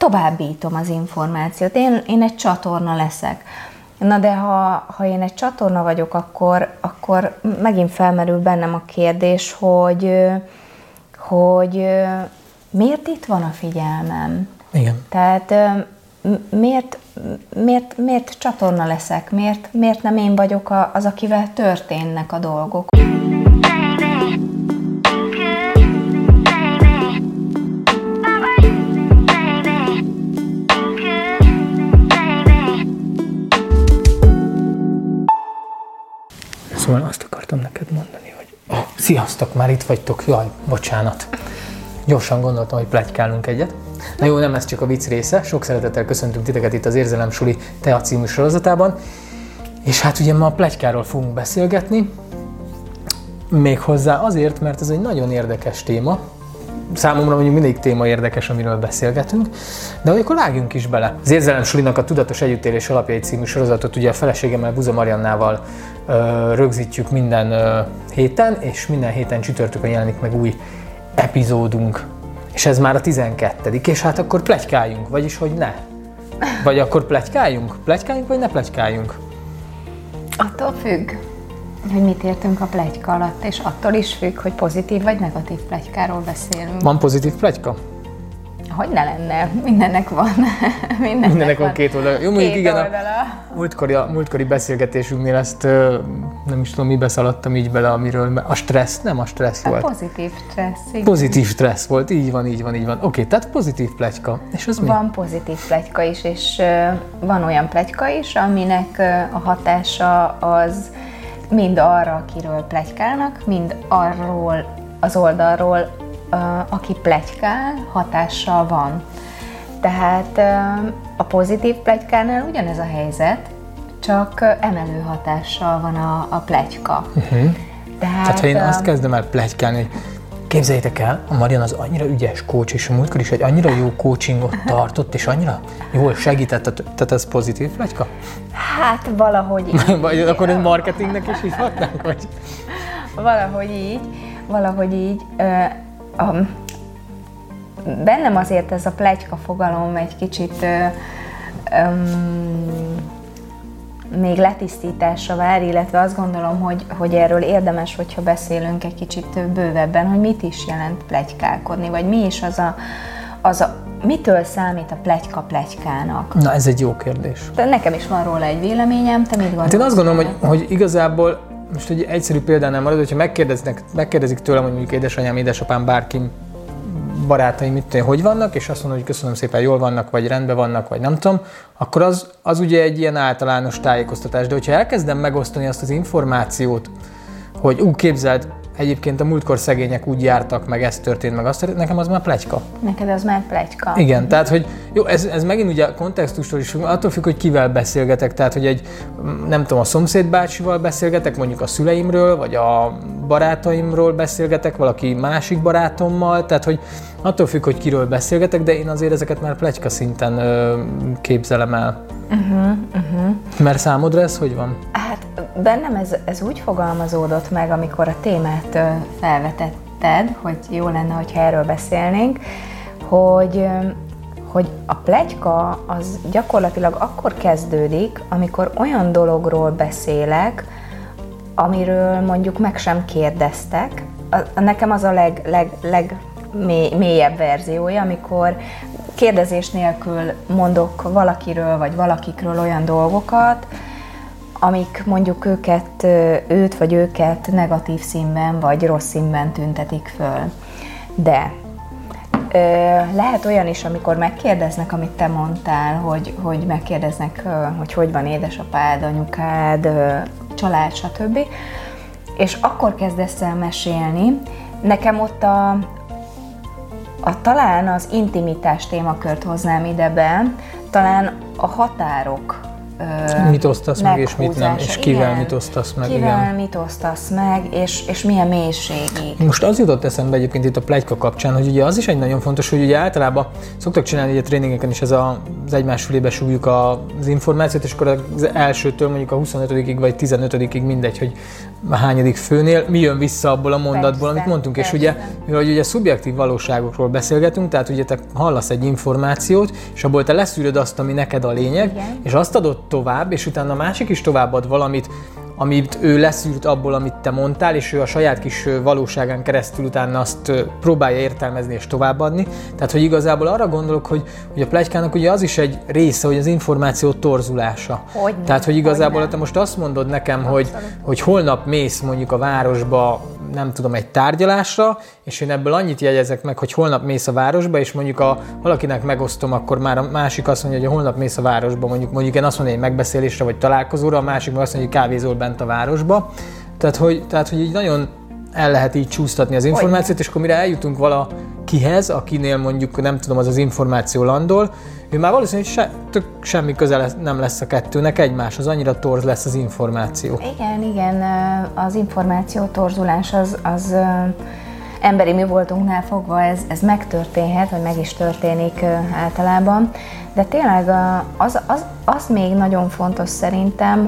továbbítom az információt. Én egy csatorna leszek. Na de ha én egy csatorna vagyok, akkor megint felmerül bennem a kérdés, hogy miért itt van a figyelmem? Igen. Tehát miért csatorna leszek? Miért nem én vagyok az, akivel történnek a dolgok? Szóval azt akartam neked mondani, hogy sziasztok, már itt vagytok, jaj, bocsánat. Gyorsan gondoltam, hogy pletykálunk egyet. Na jó, nem ez csak a vicc része, sok szeretettel köszöntünk titeket itt az Érzelem Suli Tea című sorozatában. És hát ugye ma a pletykáról fogunk beszélgetni, méghozzá azért, mert ez egy nagyon érdekes téma. Számomra mondjuk mindig téma érdekes, amiről beszélgetünk, de akkor vágjunk is bele. Az Érzelem Sulinak a Tudatos Együttélés Alapjai című sorozatot ugye a feleségemmel, Buza Mariannával rögzítjük minden héten, és minden héten csütörtökön jelenik meg új epizódunk. És ez már a 12. És hát akkor pletykáljunk, vagyis hogy ne. Vagy akkor pletykáljunk? Pletykáljunk, vagy ne pletykáljunk? Attól függ, hogy mit értünk a pletyka alatt, és attól is függ, hogy pozitív vagy negatív pletykáról beszélünk. Van pozitív pletyka? Hogy ne lenne? Mindennek van. Mindennek van két oldala. Jó, mondjuk igen, oldala. a múltkori beszélgetésünknél ezt nem is tudom, mibe szaladtam így bele, amiről a stressz, nem a stressz volt. A pozitív stressz. Igen. Pozitív stressz volt, így van. Oké, tehát pozitív pletyka. És az mi? Van pozitív pletyka is, és van olyan pletyka is, aminek a hatása az mind arra, akiről pletykálnak, mind arról az oldalról, aki pletykál, hatással van. Tehát a pozitív pletykánál ugyanez a helyzet, csak emelő hatással van a pletyka. Tehát ha én azt kezdem el pletykálni, hogy képzeljétek el, a Marian az annyira ügyes coach, és a múltkor is egy annyira jó coachingot tartott, és annyira jól segített, tehát ez pozitív pletyka? Hát valahogy így. Vagy akkor egy marketingnek is hívhatnánk, vagy? Valahogy így. Bennem azért ez a pletyka fogalom egy kicsit még letisztításra vár, illetve azt gondolom, hogy erről érdemes, hogyha beszélünk egy kicsit bővebben, hogy mit is jelent pletykálkodni, vagy mi is mitől számít a pletyka pletykának? Na, ez egy jó kérdés. De nekem is van róla egy véleményem, te mit gondolsz? Hát én azt gondolom, hogy igazából, most egy egyszerű példánál marad, hogyha megkérdezik tőlem, hogy mondjuk édesanyám, édesapám, bárki, barátaim, mit tudom, hogy vannak, és azt mondom, hogy köszönöm szépen, jól vannak, vagy rendben vannak, vagy nem tudom, akkor az ugye egy ilyen általános tájékoztatás. De hogyha elkezdem megosztani azt az információt, hogy képzeld, egyébként a múltkor szegények úgy jártak, meg ez történt, meg azt történt, nekem az már pletyka. Neked az már pletyka. Igen, tehát, hogy jó, ez megint ugye a kontextustól is attól függ, hogy kivel beszélgetek, tehát, hogy nem tudom, a szomszéd bácsival beszélgetek, mondjuk a szüleimről, vagy a barátaimról beszélgetek, valaki másik barátommal, tehát, hogy attól függ, hogy kiről beszélgetek, de én azért ezeket már pletyka szinten képzelem el. Mert számodra ez hogy van? Hát bennem ez úgy fogalmazódott meg, amikor a témát felvetetted, hogy jó lenne, hogyha erről beszélnénk, hogy a pletyka az gyakorlatilag akkor kezdődik, amikor olyan dologról beszélek, amiről mondjuk meg sem kérdeztek. Nekem az a legmélyebb verziója, amikor kérdezés nélkül mondok valakiről vagy valakikről olyan dolgokat, amik mondjuk őt vagy őket negatív színben vagy rossz színben tüntetik föl. De lehet olyan is, amikor megkérdeznek, amit te mondtál, hogy megkérdeznek, hogy van édesapád, anyukád, család, stb. És akkor kezdesz el mesélni. Nekem ott talán az intimitás témakört hoznám ide be, talán a határok mit osztasz meg, és mit nem, és kivel igen, mit osztasz meg. Kivel igen. mit osztasz meg, és milyen mélységig. Most az jutott eszembe egyébként itt a pletyka kapcsán, hogy ugye az is egy nagyon fontos, hogy ugye általában szoktak csinálni ugye tréningeken is az egymás fülébe súgjuk az információt, és akkor az elsőtől mondjuk a 25-ig vagy 15-ig mindegy, hogy a hányadik főnél mi jön vissza abból a mondatból, amit mondtunk. És ugye, mivel ugye szubjektív valóságokról beszélgetünk, tehát ugye te hallasz egy információt, és abból te leszűröd azt, ami neked a lényeg, igen. És azt adod tovább, és utána a másik is továbbad valamit, amit ő leszűrt abból, amit te mondtál, és ő a saját kis valóságán keresztül utána azt próbálja értelmezni és továbbadni. Tehát, hogy igazából arra gondolok, hogy a pletykának ugye az is egy része, hogy az információ torzulása. Hogyne, tehát, hogy igazából te most azt mondod nekem, hogy holnap mész mondjuk a városba, nem tudom, egy tárgyalásra, és én ebből annyit jegyezek meg, hogy holnap mész a városba, és mondjuk valakinek megosztom, akkor már a másik azt mondja, hogy holnap mész a városba, mondjuk én azt mondom, hogy megbeszélésre vagy találkozóra, a másik meg azt mondja, hogy kávézol bent a városba. Tehát, hogy így nagyon el lehet így csúsztatni az információt, és akkor mire eljutunk valakihez, akinél mondjuk nem tudom, az információ landol, ő már valószínűleg semmi köze nem lesz a kettőnek egymáshoz, annyira torz lesz az információ. Igen, az információ torzulás az emberi mi voltunknál fogva ez megtörténhet, vagy meg is történik általában, de tényleg az még nagyon fontos szerintem,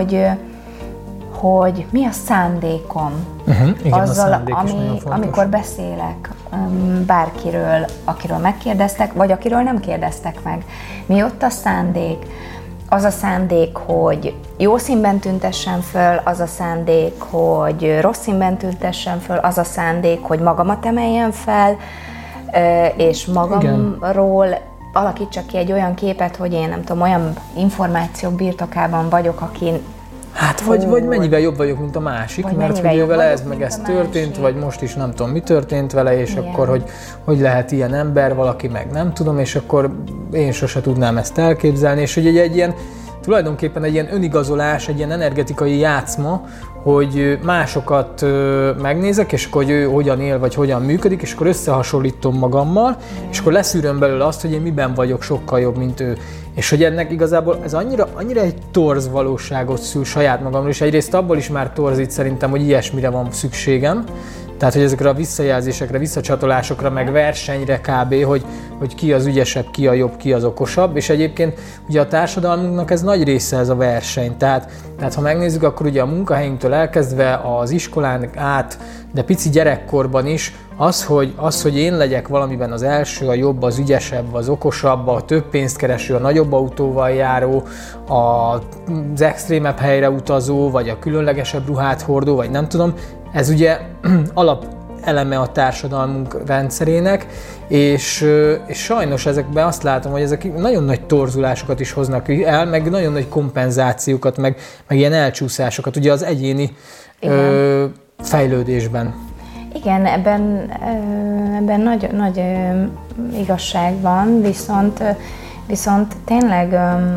hogy mi a szándékom igen, azzal, a szándék is nagyon fontos. amikor beszélek bárkiről, akiről megkérdeztek, vagy akiről nem kérdeztek meg. Mi ott a szándék? Az a szándék, hogy jó színben tüntessen föl, az a szándék, hogy rossz színben tüntessen föl, az a szándék, hogy magamat emeljen fel, és magamról alakítsak ki egy olyan képet, hogy én nem tudom, olyan információk birtokában vagyok, akin hát vagy mennyivel jobb vagyok, mint a másik, mert hogy vele ez meg ez történt, vagy most is nem tudom, mi történt vele, és igen. Akkor hogy lehet ilyen ember, valaki meg nem tudom, és akkor én sose tudnám ezt elképzelni, és hogy egy ilyen, tulajdonképpen egy ilyen önigazolás, egy ilyen energetikai játszma, hogy másokat megnézek, és akkor hogy ő hogyan él, vagy hogyan működik, és akkor összehasonlítom magammal, és akkor leszűröm belőle azt, hogy én miben vagyok sokkal jobb, mint ő. És hogy ennek igazából ez annyira egy torz valóságot szül saját magamról, és egyrészt abból is már torzít szerintem, hogy ilyesmire van szükségem, tehát, hogy ezekre a visszajelzésekre, visszacsatolásokra, meg versenyre kb., hogy ki az ügyesebb, ki a jobb, ki az okosabb, és egyébként ugye a társadalmunknak ez nagy része ez a verseny, tehát ha megnézzük, akkor ugye a munkahelyünktől elkezdve az iskolán át, de pici gyerekkorban is az, hogy én legyek valamiben az első, a jobb, az ügyesebb, az okosabb, a több pénzt kereső, a nagyobb autóval járó, az extrémebb helyre utazó, vagy a különlegesebb ruhát hordó, vagy nem tudom, ez ugye alapeleme a társadalmunk rendszerének, és sajnos ezekben azt látom, hogy ezek nagyon nagy torzulásokat is hoznak el, meg nagyon nagy kompenzációkat, meg ilyen elcsúszásokat ugye az egyéni fejlődésben. Igen, ebben nagy igazság van, viszont tényleg,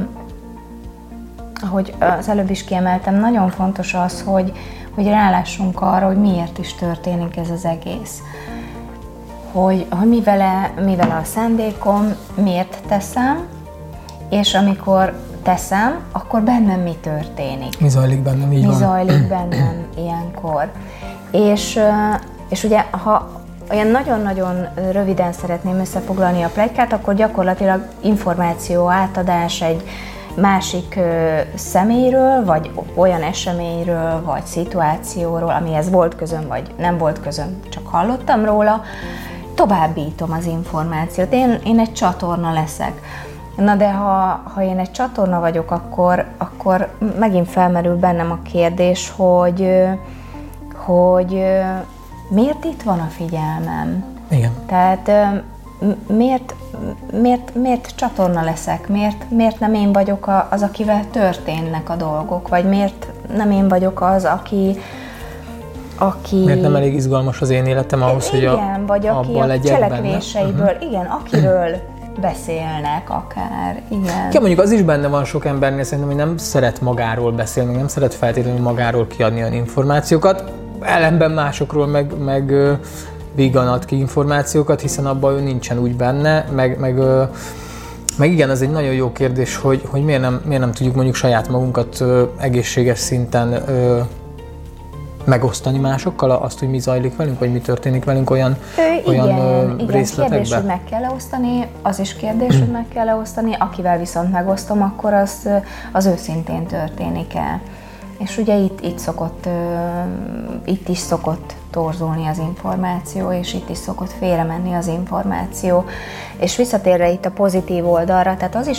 ahogy az előbb is kiemeltem, nagyon fontos az, hogy rálássunk arra, hogy miért is történik ez az egész. Hogy mivel a szándékom, miért teszem, és amikor teszem, akkor bennem mi történik. Mi zajlik bennem, így van. Mi zajlik bennem ilyenkor. És ugye, ha olyan nagyon-nagyon röviden szeretném összefoglalni a pletykát, akkor gyakorlatilag információ átadás egy másik személyről, vagy olyan eseményről, vagy szituációról, amihez volt közöm, vagy nem volt közöm, csak hallottam róla, továbbítom az információt. Én egy csatorna leszek. Na de ha én egy csatorna vagyok, akkor megint felmerül bennem a kérdés, hogy miért itt van a figyelmem? Igen. Tehát miért csatorna leszek? Miért nem én vagyok az, akivel történnek a dolgok? Vagy miért nem én vagyok az, aki... Miért nem elég izgalmas az én életem ahhoz, hogy vagy aki a cselekvéseiből, benne? Igen, akiről beszélnek akár, igen. Ja, mondjuk az is benne van sok embernél szerintem, hogy nem szeret magáról beszélni, nem szeret feltétlenül magáról kiadni olyan információkat, ellenben másokról meg vígan ad ki információkat, hiszen abban ő nincsen úgy benne, meg Meg igen, ez egy nagyon jó kérdés, hogy miért nem tudjuk mondjuk saját magunkat egészséges szinten megosztani másokkal azt, hogy mi zajlik velünk, vagy mi történik velünk olyan részletekben. Kérdés, hogy meg kell osztani, az is kérdés, hogy meg kell osztani, akivel viszont megosztom, akkor az őszintén történik el. És ugye itt is szokott torzulni az információ, és itt is szokott félremenni az információ. És visszatérve itt a pozitív oldalra, tehát az is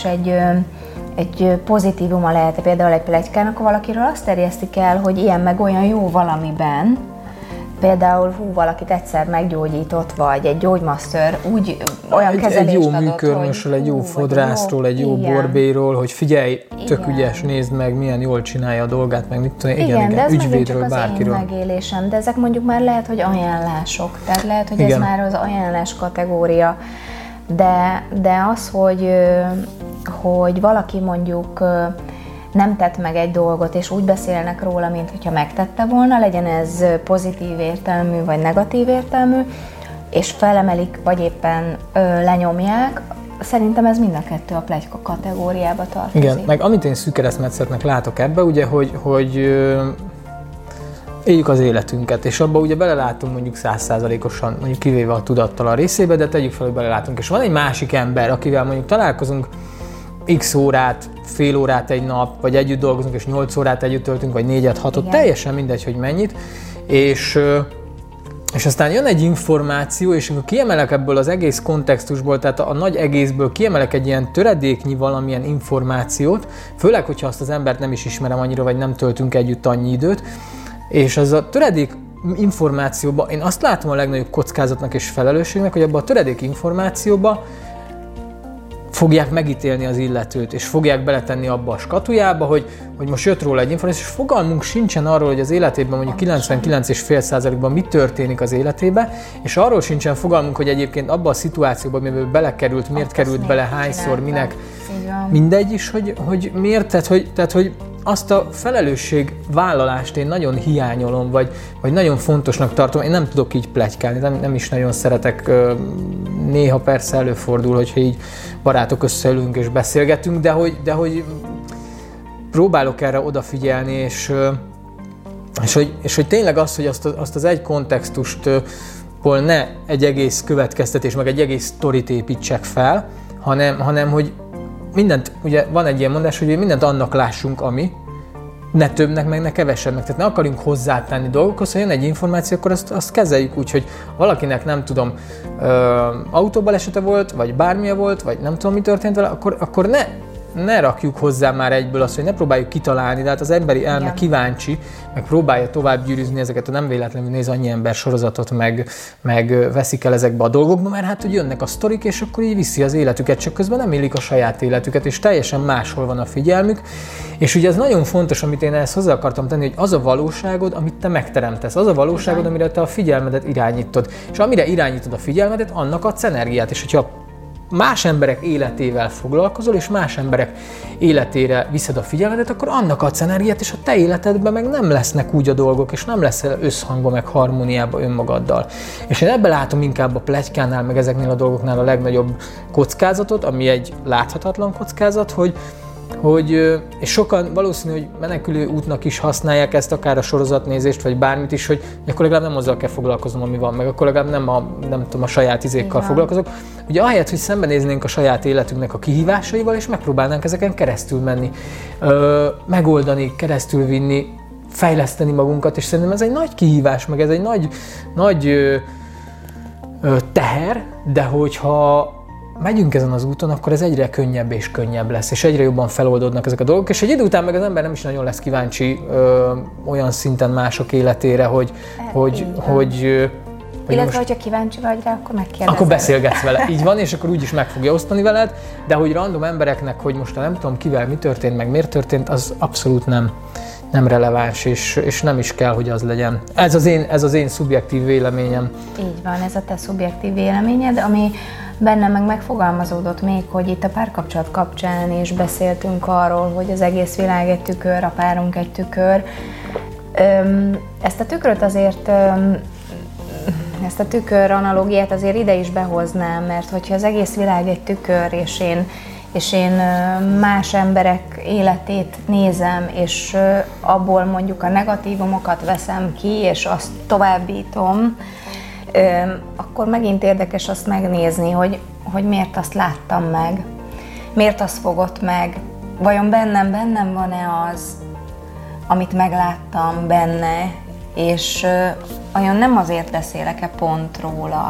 egy pozitívuma lehet például egy pletykának, ha valakiről azt terjesztik el, hogy ilyen meg olyan jó valamiben, például valakit egyszer meggyógyított, vagy egy gyógymaster olyan kezelést egy jó adott, műkörmösről, egy jó fodrászról, egy jó borbéről, hogy figyelj, tök ügyes, nézd meg, milyen jól csinálja a dolgát, meg mit tudom, igen, de ez ügyvédről, csak bárkiről. Az én megélésem, de ezek mondjuk már lehet, hogy ajánlások, tehát lehet, hogy ez már az ajánlás kategória, de az, hogy valaki mondjuk nem tett meg egy dolgot, és úgy beszélnek róla, mintha megtette volna, legyen ez pozitív értelmű, vagy negatív értelmű, és felemelik, vagy éppen lenyomják, szerintem ez mind a kettő a pletyka kategóriába tartozik. Igen, meg amit én szűk keresztmetszetnek látok ebbe, ugye, hogy éljük az életünket, és abba ugye belelátunk mondjuk 100%-osan, mondjuk kivéve a tudattal a részébe, de tegyük fel, hogy belelátunk. És van egy másik ember, akivel mondjuk találkozunk x órát, fél órát egy nap, vagy együtt dolgozunk, és 8 órát együtt töltünk, vagy 4-6-ot, teljesen mindegy, hogy mennyit, és aztán jön egy információ, és amikor kiemelek ebből az egész kontextusból, tehát a nagy egészből kiemelek egy ilyen töredéknyi valamilyen információt, főleg, hogyha azt az embert nem is ismerem annyira, vagy nem töltünk együtt annyi időt, és az a töredék információban, én azt látom a legnagyobb kockázatnak és felelősségnek, hogy abban a töredék információban fogják megítélni az illetőt, és fogják beletenni abba a skatujába, hogy most jött róla egy információ, és fogalmunk sincsen arról, hogy az életében mondjuk 99,5%-ban mi történik az életében, és arról sincsen fogalmunk, hogy egyébként abba a szituációban, amiben belekerült, miért került bele, hányszor, minek, mindegy is, hogy miért, tehát hogy azt a felelősségvállalást én nagyon hiányolom, vagy nagyon fontosnak tartom. Én nem tudok így pletykálni, nem is nagyon szeretek, néha persze előfordul, hogyha így barátok összeülünk és beszélgetünk, de hogy próbálok erre odafigyelni, és hogy tényleg az, hogy azt az egy kontextustból ne egy egész következtetés, meg egy egész sztorit építsek fel, hanem hogy mindent, ugye van egy ilyen mondás, hogy mindent annak lássunk, ami, ne többnek, meg ne kevesebbnek. Tehát ne akarjunk hozzátenni dolgokhoz, ha jön egy információ, akkor azt kezeljük úgy, hogy valakinek nem tudom, autóbalesete volt, vagy bármilyen volt, vagy nem tudom, mi történt vele, akkor ne rakjuk hozzá már egyből azt, hogy ne próbáljuk kitalálni, de hát az emberi elme kíváncsi, meg próbálja tovább gyűrűzni ezeket, nem véletlenül néz annyi ember sorozatot, meg veszik el ezekbe a dolgokba, mert hát, hogy jönnek a sztorik, és akkor így viszi az életüket, csak közben nem élik a saját életüket, és teljesen máshol van a figyelmük. És ugye ez nagyon fontos, amit én ehhez hozzá akartam tenni, hogy az a valóságod, amit te megteremtesz, az a valóságod, amire te a figyelmedet irányítod. És amire irányítod a figyelmedet, annak adsz energiát, és hogyha más emberek életével foglalkozol, és más emberek életére viszed a figyelmedet, akkor annak adsz energiát, és a te életedben meg nem lesznek úgy a dolgok, és nem leszel összhangba, meg harmóniába önmagaddal. És én ebben látom inkább a pletykánál, meg ezeknél a dolgoknál a legnagyobb kockázatot, ami egy láthatatlan kockázat, és sokan valószínű, hogy menekülő útnak is használják ezt, akár a sorozatnézést, vagy bármit is, hogy akkor legalább nem azzal kell foglalkoznom, ami van, meg akkor legalább nem tudom, a saját izékkal foglalkozok. Ugye ahelyett, hogy szembenéznénk a saját életünknek a kihívásaival, és megpróbálnánk ezeken keresztül menni, megoldani, keresztül vinni, fejleszteni magunkat, és szerintem ez egy nagy kihívás, meg ez egy nagy teher, de hogyha megyünk ezen az úton, akkor ez egyre könnyebb és könnyebb lesz, és egyre jobban feloldódnak ezek a dolgok, és egy idő után meg az ember nem is nagyon lesz kíváncsi olyan szinten mások életére, hogy illetve, hogyha kíváncsi vagy rá, akkor megkérdezed. Akkor beszélgetsz vele, így van, és akkor úgyis meg fogja osztani veled, de hogy random embereknek, hogy most nem tudom kivel mi történt, meg miért történt, az abszolút nem releváns, és nem is kell, hogy az legyen. Ez az én szubjektív véleményem. Így van, ez a te szubjektív véleményed, ami bennem meg megfogalmazódott még, hogy itt a párkapcsolat kapcsán is beszéltünk arról, hogy az egész világ egy tükör, a párunk egy tükör. Ezt a tükröt azért, ezt a tükör analógiát azért ide is behoznám, mert hogyha az egész világ egy tükör, és és én más emberek életét nézem, és abból mondjuk a negatívumokat veszem ki, és azt továbbítom, akkor megint érdekes azt megnézni, hogy miért azt láttam meg, miért azt fogott meg, vajon bennem van-e az, amit megláttam benne, és olyan nem azért beszélek-e pont róla,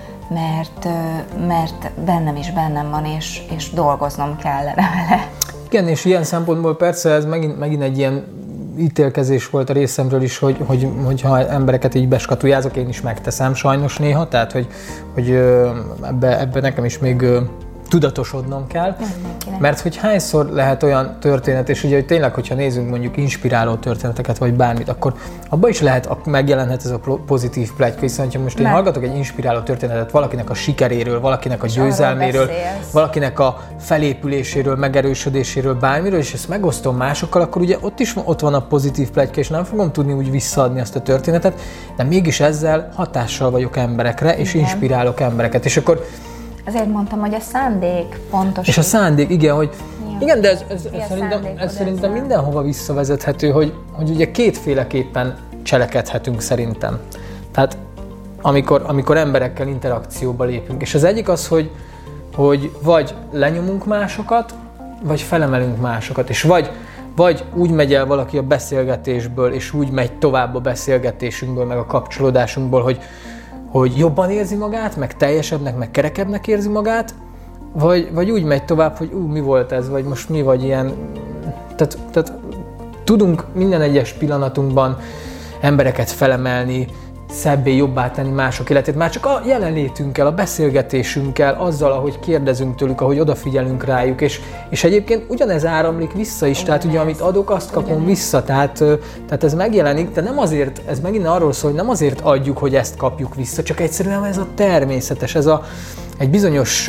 mert bennem van, és dolgoznom kellene vele. Igen, és ilyen szempontból persze ez megint egy ilyen ítélkezés volt a részemről is, hogyha embereket így beskatujázok, én is megteszem sajnos néha, tehát hogy ebbe nekem is még tudatosodnom kell, mert hogy hányszor lehet olyan történet, és ugye hogy tényleg, hogyha nézzünk mondjuk inspiráló történeteket, vagy bármit, akkor abban is megjelenhet ez a pozitív pletyka, hiszen ha most én hallgatok egy inspiráló történetet valakinek a sikeréről, valakinek a győzelméről, valakinek a felépüléséről, megerősödéséről, bármiről, és ezt megosztom másokkal, akkor ugye ott van a pozitív pletyka, és nem fogom tudni úgy visszaadni azt a történetet, de mégis ezzel hatással vagyok emberekre, és inspirálok embereket, és akkor ezért mondtam, hogy a szándék pontos. És a szándék, igen, hogy igen, de ez szerintem mindenhova visszavezethető, hogy ugye kétféleképpen cselekedhetünk szerintem. Tehát amikor emberekkel interakcióba lépünk. És az egyik az, hogy vagy lenyomunk másokat, vagy felemelünk másokat. És vagy úgy megy el valaki a beszélgetésből, és úgy megy tovább a beszélgetésünkből, meg a kapcsolódásunkból, hogy jobban érzi magát, meg teljesebbnek, meg kerekebbnek érzi magát, vagy úgy megy tovább, hogy mi volt ez, vagy most mi vagy ilyen. Tehát tudunk minden egyes pillanatunkban embereket felemelni, szebbé, jobbá tenni mások életét, már csak a jelenlétünkkel, a beszélgetésünkkel, azzal, ahogy kérdezünk tőlük, ahogy odafigyelünk rájuk, és egyébként ugyanez áramlik vissza is, tehát ugye amit adok, azt kapom vissza, tehát ez megjelenik, de nem azért, ez megint arról szól, hogy nem azért adjuk, hogy ezt kapjuk vissza, csak egyszerűen ez a természetes, egy bizonyos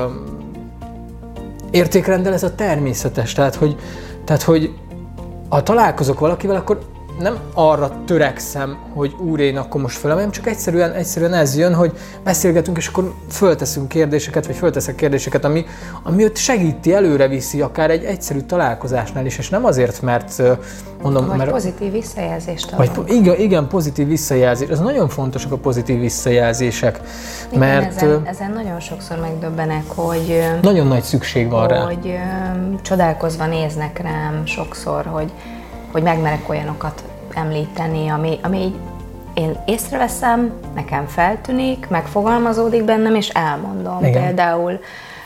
értékrenddel ez a természetes, tehát hogy ha találkozok valakivel, akkor nem arra törekszem, hogy úr, én akkor most felemeljem, csak egyszerűen ez jön, hogy beszélgetünk, és akkor fölteszünk kérdéseket, vagy fölteszek kérdéseket, ami őt segíti, előre viszi, akár egy egyszerű találkozásnál is, és nem azért, mert mondom... Vagy pozitív visszajelzést adunk. Igen, pozitív visszajelzés. Ez nagyon fontosak a pozitív visszajelzések, igen, mert... Ezen nagyon sokszor megdöbbenek, hogy... Nagyon nagy szükség van rá. Hogy csodálkozva néznek rám sokszor, hogy megmerek olyanokat említeni, ami így én észreveszem, nekem feltűnik, megfogalmazódik bennem, és elmondom. Igen. Például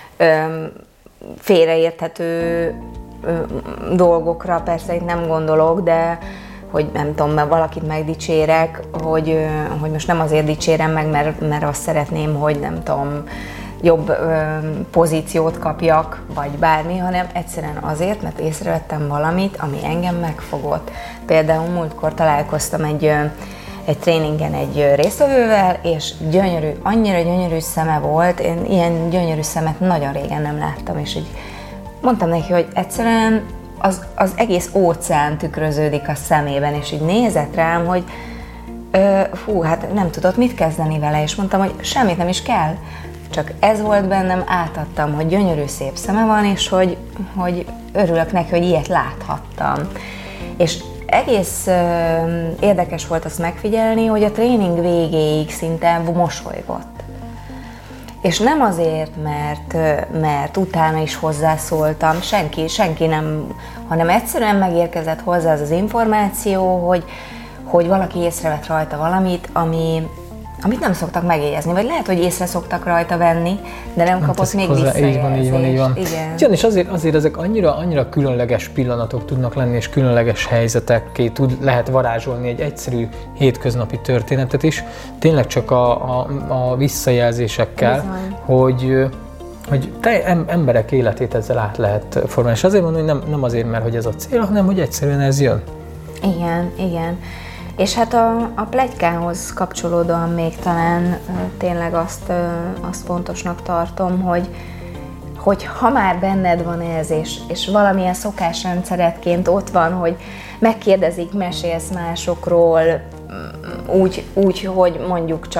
félreérthető dolgokra persze itt nem gondolok, de hogy nem tudom, mert valakit megdicsérek, hogy most nem azért dicsérem meg, mert azt szeretném, hogy nem tudom, jobb pozíciót kapjak, vagy bármi, hanem egyszerűen azért, mert észrevettem valamit, ami engem megfogott. Például múltkor találkoztam egy tréningen egy résztvevővel, és gyönyörű, annyira gyönyörű szeme volt, én ilyen gyönyörű szemet nagyon régen nem láttam, és így mondtam neki, hogy egyszerűen az egész óceán tükröződik a szemében, és így nézett rám, hogy hát nem tudott mit kezdeni vele, és mondtam, hogy semmit nem is kell. Csak ez volt bennem, átadtam, hogy gyönyörű szép szeme van, és hogy örülök neki, hogy ilyet láthattam. És egész érdekes volt azt megfigyelni, hogy a tréning végéig szinte mosolygott. És nem azért, mert utána is hozzászóltam, senki nem, hanem egyszerűen megérkezett hozzá az információ, hogy valaki észrevett rajta valamit, amit nem szoktak megjegyezni, vagy lehet, hogy észre szoktak rajta venni, de nem kapott még visszajelzést. Így van. Igen, és azért ezek annyira különleges pillanatok tudnak lenni, és különleges helyzetekké lehet varázsolni egy egyszerű hétköznapi történetet is, tényleg csak a visszajelzésekkel, hogy emberek életét ezzel át lehet formálni. És azért mondom, hogy nem azért, mert hogy ez a cél, hanem hogy egyszerűen ez jön. Igen. És hát a pletykához kapcsolódóan még talán tényleg azt fontosnak tartom, hogy ha már benned van ez, és valamilyen szokásrendszeredként ott van, hogy megkérdezik, mesélsz másokról, úgy, hogy mondjuk csak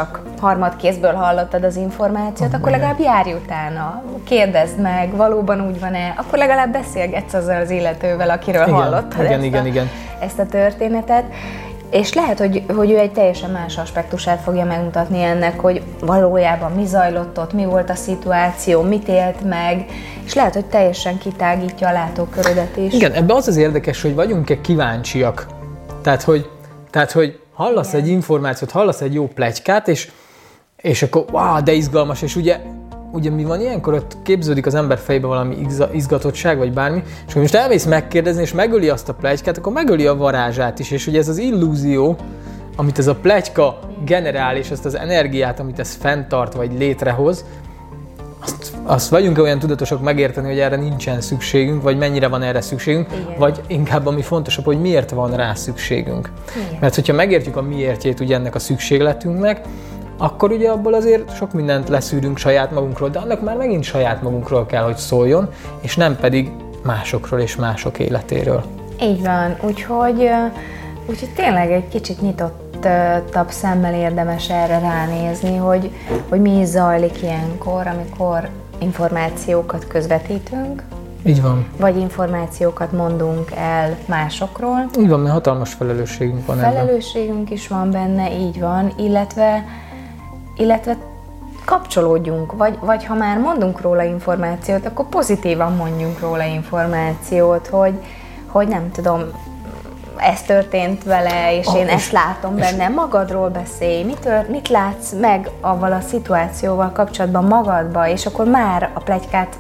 harmadkézből hallottad az információt, akkor legalább járj utána, kérdezd meg, valóban úgy van-e, akkor legalább beszélgetsz azzal az illetővel, akiről hallottad ezt a történetet. És lehet, hogy ő egy teljesen más aspektusát fogja megmutatni ennek, hogy valójában mi zajlott ott, mi volt a szituáció, mit élt meg, és lehet, hogy teljesen kitágítja a látókörödet is. Igen, ebben az érdekes, hogy vagyunk-e kíváncsiak. Tehát, hogy hallasz egy információt, hallasz egy jó pletykát, és akkor wow, de izgalmas, és ugye mi van ilyenkor, ott képződik az ember fejbe valami izgatottság, vagy bármi, és hogy most elmész megkérdezni, és megöli azt a pletykát, akkor megöli a varázsát is, és ugye ez az illúzió, amit ez a pletyka generál, és ezt az energiát, amit ez fenntart, vagy létrehoz, azt vagyunk olyan tudatosak megérteni, hogy erre nincsen szükségünk, vagy mennyire van erre szükségünk, igen. Vagy inkább ami fontosabb, hogy miért van rá szükségünk. Igen. Mert hogyha megértjük a miértjét ugye ennek a szükségletünknek, akkor ugye abból azért sok mindent leszűrünk saját magunkról, de annak már megint saját magunkról kell, hogy szóljon, és nem pedig másokról és mások életéről. Így van, úgyhogy tényleg egy kicsit nyitottabb szemmel érdemes erre ránézni, hogy mi is zajlik ilyenkor, amikor információkat közvetítünk. Így van. Vagy információkat mondunk el másokról. Így van, mert hatalmas felelősségünk van ebben. Felelősségünk is van benne, így van, illetve kapcsolódjunk, vagy ha már mondunk róla információt, akkor pozitívan mondjunk róla információt, hogy nem tudom, ez történt vele, és én ezt látom benne, magadról beszélj, mit látsz meg avval a szituációval kapcsolatban magadba, és akkor már a pletykát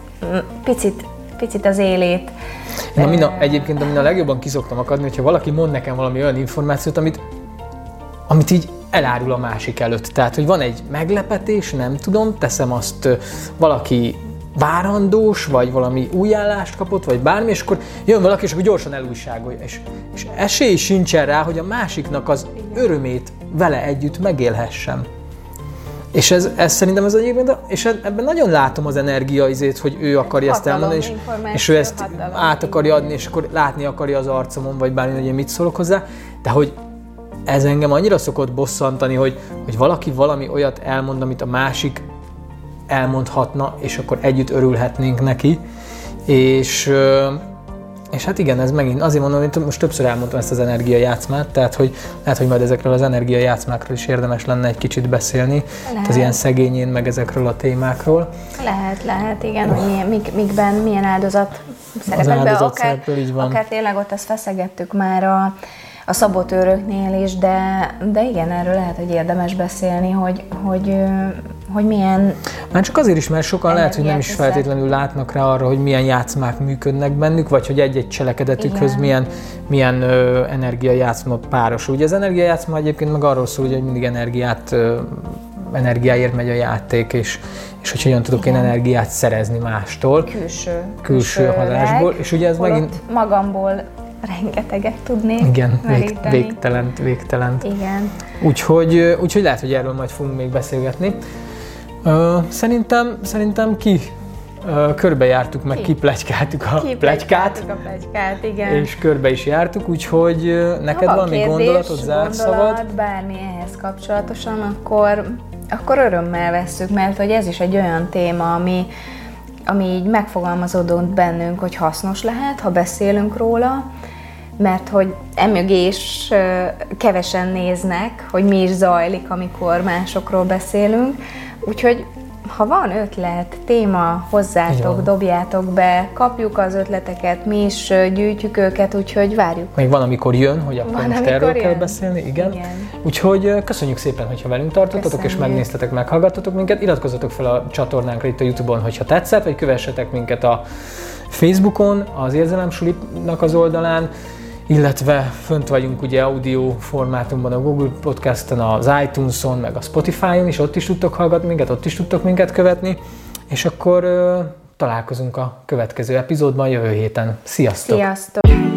picit az élét. Egyébként amin a legjobban ki szoktam akadni, hogyha valaki mond nekem valami olyan információt, amit így elárul a másik előtt. Tehát, hogy van egy meglepetés, nem tudom, teszem azt valaki várandós, vagy valami új állást kapott, vagy bármi, és akkor jön valaki, és akkor gyorsan elújságolja. És esély sincsen rá, hogy a másiknak az örömét vele együtt megélhessem. És ez szerintem az egyébként, és ebben nagyon látom az energiaizét, hogy ő akarja ezt elmondani, és ő ezt át akarja adni, és akkor látni akarja az arcomon, vagy bármi, hogy én mit szólok hozzá, de hogy ez engem annyira szokott bosszantani, hogy valaki valami olyat elmond, amit a másik elmondhatna, és akkor együtt örülhetnénk neki, és hát igen, ez megint azért mondom, hogy most többször elmondtam ezt az energiajátszmát, tehát hogy lehet, hogy majd ezekről az energiajátszmákról is érdemes lenne egy kicsit beszélni, az ilyen szegényén, meg ezekről a témákról. Lehet, igen, hogy mikben milyen áldozat szerepel be, akár tényleg ott azt feszegettük már a szabotőröknél is, de igen, erről lehet, hogy érdemes beszélni, hogy milyen... Már csak azért is, mert sokan lehet, hogy nem is feltétlenül látnak rá arra, hogy milyen játszmák működnek bennük, vagy hogy egy-egy cselekedetükhöz milyen energiajátszma párosul. Ugye az energiajátszma egyébként meg arról szól, hogy mindig energiáért megy a játék, és hogy hogyan tudok én energiát szerezni mástól. Külső hatásból. És ugye ez megint... Magamból rengeteget tudnék. Igen, végtelent. Igen. Úgyhogy lehet, hogy erről majd fogunk még beszélgetni. Szerintem körbejártuk, meg kipletykáltuk a pletykát. Igen. És körbe is jártuk, ami neked valami gondolatod, zárszavad? Bármi ehhez kapcsolatosan, akkor örömmel vesszük, mert hogy ez is egy olyan téma, ami így megfogalmazódott bennünk, hogy hasznos lehet, ha beszélünk róla, mert hogy emögé is kevesen néznek, hogy mi is zajlik, amikor másokról beszélünk. Úgyhogy ha van ötlet, téma, hozzátok, dobjátok be, kapjuk az ötleteket, mi is gyűjtjük őket, úgyhogy várjuk. Még van, amikor jön, hogy akkor most erről kell beszélni, igen. Úgyhogy köszönjük szépen, hogyha velünk tartottatok, és megnéztetek, meghallgattatok minket. Iratkozzatok fel a csatornánkra itt a YouTube-on, hogyha tetszett, vagy kövessetek minket a Facebookon, az Érzelemsulinak az oldalán, illetve fönt vagyunk ugye audio formátumban a Google Podcasten, az iTunes-on, meg a Spotify-on is, ott is tudtok hallgatni minket, ott is tudtok minket követni, és akkor találkozunk a következő epizódban jövő héten. Sziasztok! Sziasztok!